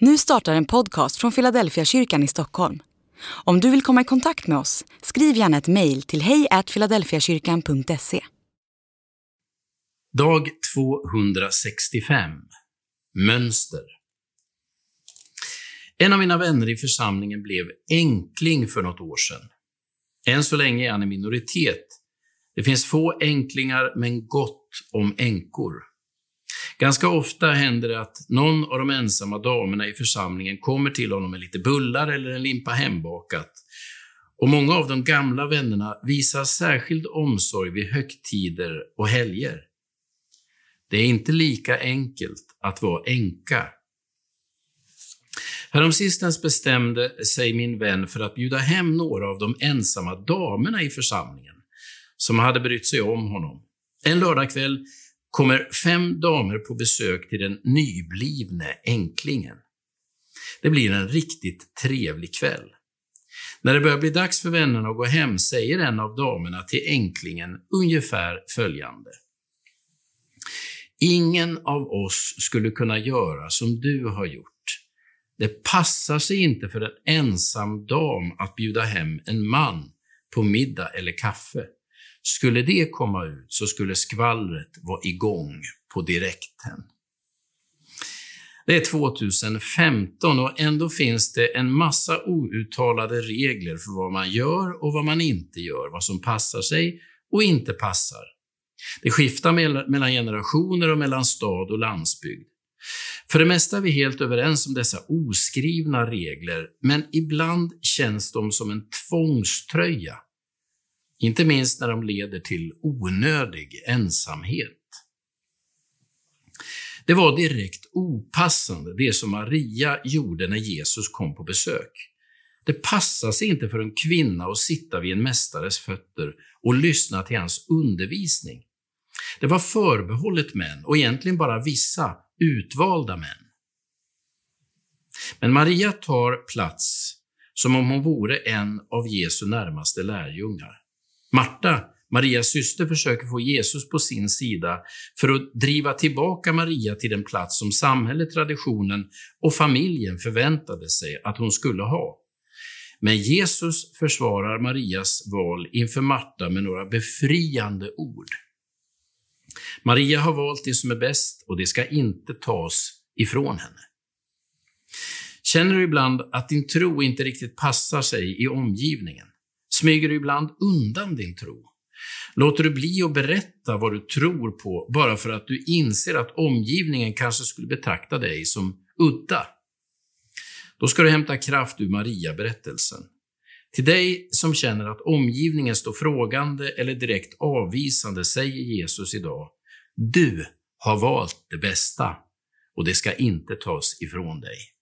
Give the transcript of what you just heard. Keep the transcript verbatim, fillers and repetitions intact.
Nu startar en podcast från Philadelphia kyrkan i Stockholm. Om du vill komma i kontakt med oss, skriv gärna ett mejl till hej at philadelphiakyrkan punkt se. Dag tvåhundrasextiofem. Mönster. En av mina vänner i församlingen blev enkling för något år sedan. Än så länge är han en minoritet. Det finns få enklingar men gott om änkor. Ganska ofta händer det att någon av de ensamma damerna i församlingen kommer till honom med lite bullar eller en limpa hembakat. Och många av de gamla vännerna visar särskild omsorg vid högtider och helger. Det är inte lika enkelt att vara änka. Häromsistens bestämde sig min vän för att bjuda hem några av de ensamma damerna i församlingen som hade brytt sig om honom. En lördagkväll kommer fem damer på besök till den nyblivne änklingen. Det blir en riktigt trevlig kväll. När det börjar bli dags för vännerna att gå hem säger en av damerna till änklingen ungefär följande. Ingen av oss skulle kunna göra som du har gjort. Det passar sig inte för en ensam dam att bjuda hem en man på middag eller kaffe. Skulle det komma ut så skulle skvallret vara igång på direkten. Det är tjugohundrafemton och ändå finns det en massa outtalade regler för vad man gör och vad man inte gör, vad som passar sig och inte passar. Det skiftar mellan generationer och mellan stad och landsbygd. För det mesta är vi helt överens om dessa oskrivna regler, men ibland känns de som en tvångströja. Inte minst när de leder till onödig ensamhet. Det var direkt opassande det som Maria gjorde när Jesus kom på besök. Det passade sig inte för en kvinna att sitta vid en mästares fötter och lyssna till hans undervisning. Det var förbehållet män och egentligen bara vissa utvalda män. Men Maria tar plats som om hon vore en av Jesu närmaste lärjungar. Marta, Marias syster, försöker få Jesus på sin sida för att driva tillbaka Maria till den plats som samhället, traditionen och familjen förväntade sig att hon skulle ha. Men Jesus försvarar Marias val inför Marta med några befriande ord. Maria har valt det som är bäst och det ska inte tas ifrån henne. Känner du ibland att din tro inte riktigt passar sig i omgivningen? Smyger du ibland undan din tro? Låter du bli att berätta vad du tror på bara för att du inser att omgivningen kanske skulle betrakta dig som udda? Då ska du hämta kraft ur Maria-berättelsen. Till dig som känner att omgivningen står frågande eller direkt avvisande säger Jesus idag: du har valt det bästa och det ska inte tas ifrån dig.